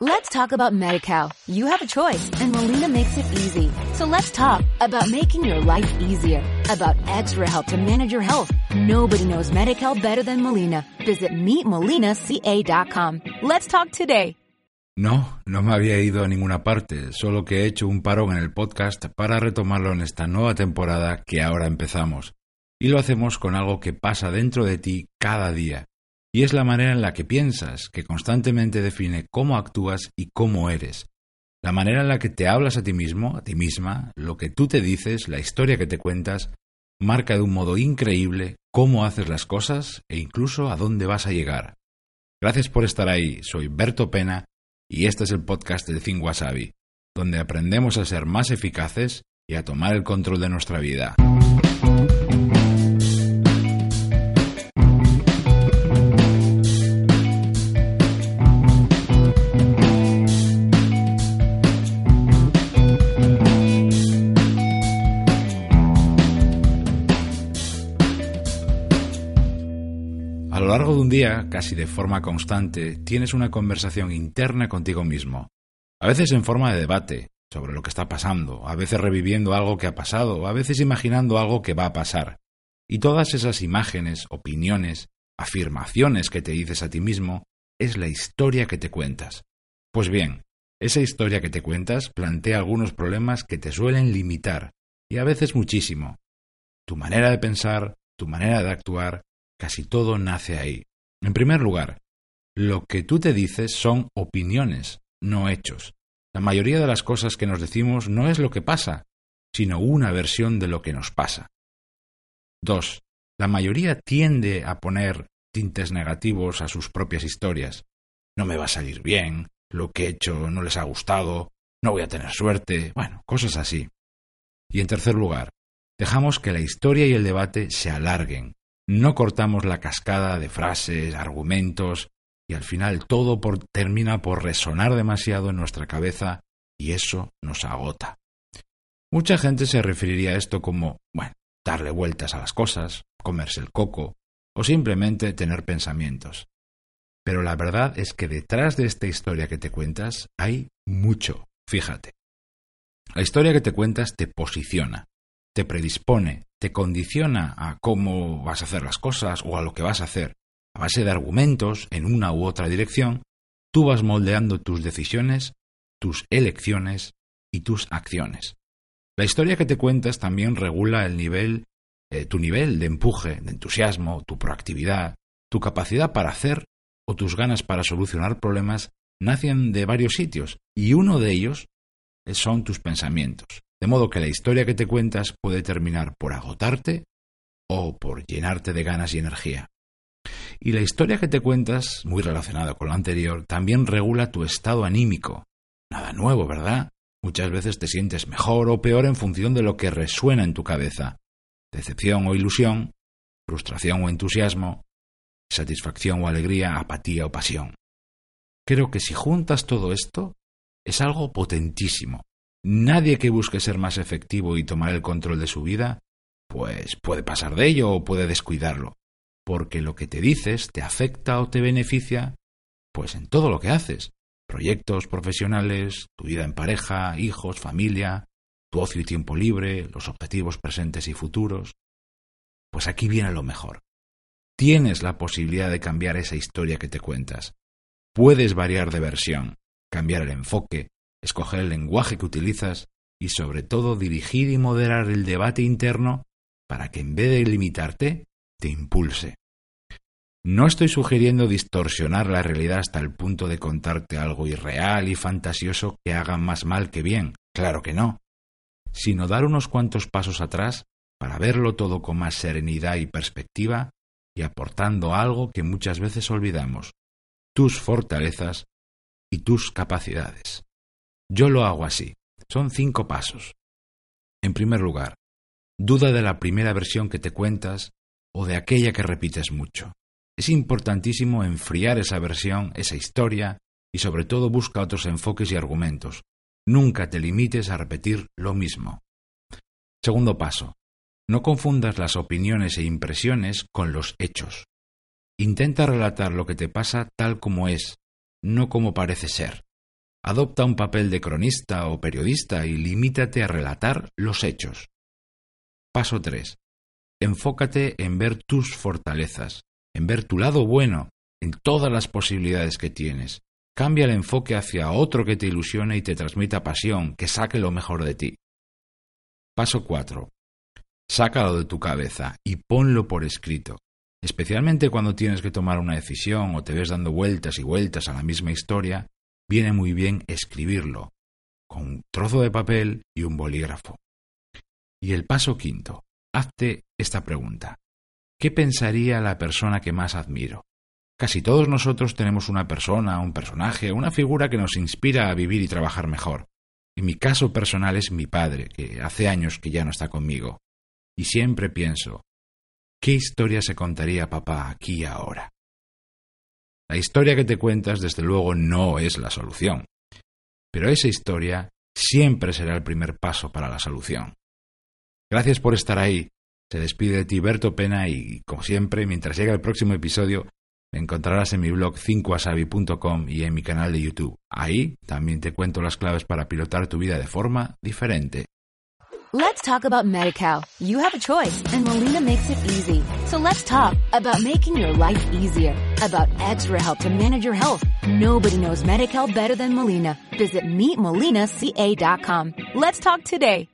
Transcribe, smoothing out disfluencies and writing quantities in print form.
Let's talk about Medi-Cal. You have a choice, and Molina makes it easy. So let's talk about making your life easier, about extra help to manage your health. Nobody knows Medi-Cal better than Molina. Visit meetmolinaca.com. Let's talk today. No me había ido a ninguna parte, solo que he hecho un parón en el podcast para retomarlo en esta nueva temporada que ahora empezamos. Y lo hacemos con algo que pasa dentro de ti cada día. Y es la manera en la que piensas, que constantemente define cómo actúas y cómo eres. La manera en la que te hablas a ti mismo, a ti misma, lo que tú te dices, la historia que te cuentas, marca de un modo increíble cómo haces las cosas e incluso a dónde vas a llegar. Gracias por estar ahí, soy Berto Pena y este es el podcast de Think Wasabi, donde aprendemos a ser más eficaces y a tomar el control de nuestra vida. A lo largo de un día, casi de forma constante, tienes una conversación interna contigo mismo. A veces en forma de debate sobre lo que está pasando, a veces reviviendo algo que ha pasado, a veces imaginando algo que va a pasar. Y todas esas imágenes, opiniones, afirmaciones que te dices a ti mismo, es la historia que te cuentas. Pues bien, esa historia que te cuentas plantea algunos problemas que te suelen limitar, y a veces muchísimo. Tu manera de pensar, tu manera de actuar, casi todo nace ahí. En primer lugar, lo que tú te dices son opiniones, no hechos. La mayoría de las cosas que nos decimos no es lo que pasa, sino una versión de lo que nos pasa. 2. La mayoría tiende a poner tintes negativos a sus propias historias. No me va a salir bien, lo que he hecho no les ha gustado, no voy a tener suerte, bueno, cosas así. Y en tercer lugar, dejamos que la historia y el debate se alarguen. No cortamos la cascada de frases, argumentos, y al final todo termina por resonar demasiado en nuestra cabeza y eso nos agota. Mucha gente se referiría a esto como, darle vueltas a las cosas, comerse el coco o simplemente tener pensamientos. Pero la verdad es que detrás de esta historia que te cuentas hay mucho, fíjate. La historia que te cuentas te posiciona, te predispone, te condiciona a cómo vas a hacer las cosas o a lo que vas a hacer. A base de argumentos, en una u otra dirección, tú vas moldeando tus decisiones, tus elecciones y tus acciones. La historia que te cuentas también regula tu nivel de empuje, de entusiasmo, tu proactividad, tu capacidad para hacer o tus ganas para solucionar problemas nacen de varios sitios y uno de ellos son tus pensamientos. De modo que la historia que te cuentas puede terminar por agotarte o por llenarte de ganas y energía. Y la historia que te cuentas, muy relacionada con lo anterior, también regula tu estado anímico. Nada nuevo, ¿verdad? Muchas veces te sientes mejor o peor en función de lo que resuena en tu cabeza. Decepción o ilusión, frustración o entusiasmo, satisfacción o alegría, apatía o pasión. Creo que si juntas todo esto, es algo potentísimo. Nadie que busque ser más efectivo y tomar el control de su vida, pues puede pasar de ello o puede descuidarlo, porque lo que te dices te afecta o te beneficia, pues en todo lo que haces, proyectos profesionales, tu vida en pareja, hijos, familia, tu ocio y tiempo libre, los objetivos presentes y futuros. Pues aquí viene lo mejor. Tienes la posibilidad de cambiar esa historia que te cuentas. Puedes variar de versión, cambiar el enfoque, escoger el lenguaje que utilizas y sobre todo dirigir y moderar el debate interno para que en vez de limitarte, te impulse. No estoy sugiriendo distorsionar la realidad hasta el punto de contarte algo irreal y fantasioso que haga más mal que bien, claro que no, sino dar unos cuantos pasos atrás para verlo todo con más serenidad y perspectiva y aportando algo que muchas veces olvidamos, tus fortalezas y tus capacidades. Yo lo hago así. Son 5 pasos. En primer lugar, duda de la primera versión que te cuentas o de aquella que repites mucho. Es importantísimo enfriar esa versión, esa historia, y sobre todo busca otros enfoques y argumentos. Nunca te limites a repetir lo mismo. Segundo paso, no confundas las opiniones e impresiones con los hechos. Intenta relatar lo que te pasa tal como es, no como parece ser. Adopta un papel de cronista o periodista y limítate a relatar los hechos. Paso 3. Enfócate en ver tus fortalezas, en ver tu lado bueno, en todas las posibilidades que tienes. Cambia el enfoque hacia otro que te ilusione y te transmita pasión, que saque lo mejor de ti. Paso 4. Sácalo de tu cabeza y ponlo por escrito. Especialmente cuando tienes que tomar una decisión o te ves dando vueltas y vueltas a la misma historia, viene muy bien escribirlo, con un trozo de papel y un bolígrafo. Y el paso 5. Hazte esta pregunta. ¿Qué pensaría la persona que más admiro? Casi todos nosotros tenemos una persona, un personaje, una figura que nos inspira a vivir y trabajar mejor. En mi caso personal es mi padre, que hace años que ya no está conmigo. Y siempre pienso, ¿qué historia se contaría papá aquí y ahora? La historia que te cuentas, desde luego, no es la solución. Pero esa historia siempre será el primer paso para la solución. Gracias por estar ahí. Se despide de ti Berto Pena y, como siempre, mientras llega el próximo episodio, me encontrarás en mi blog 5asabi.com y en mi canal de YouTube. Ahí también te cuento las claves para pilotar tu vida de forma diferente. Let's talk about Medi-Cal. You have a choice, and Molina makes it easy. So let's talk about making your life easier, about extra help to manage your health. Nobody knows Medi-Cal better than Molina. Visit meetmolinaca.com. Let's talk today.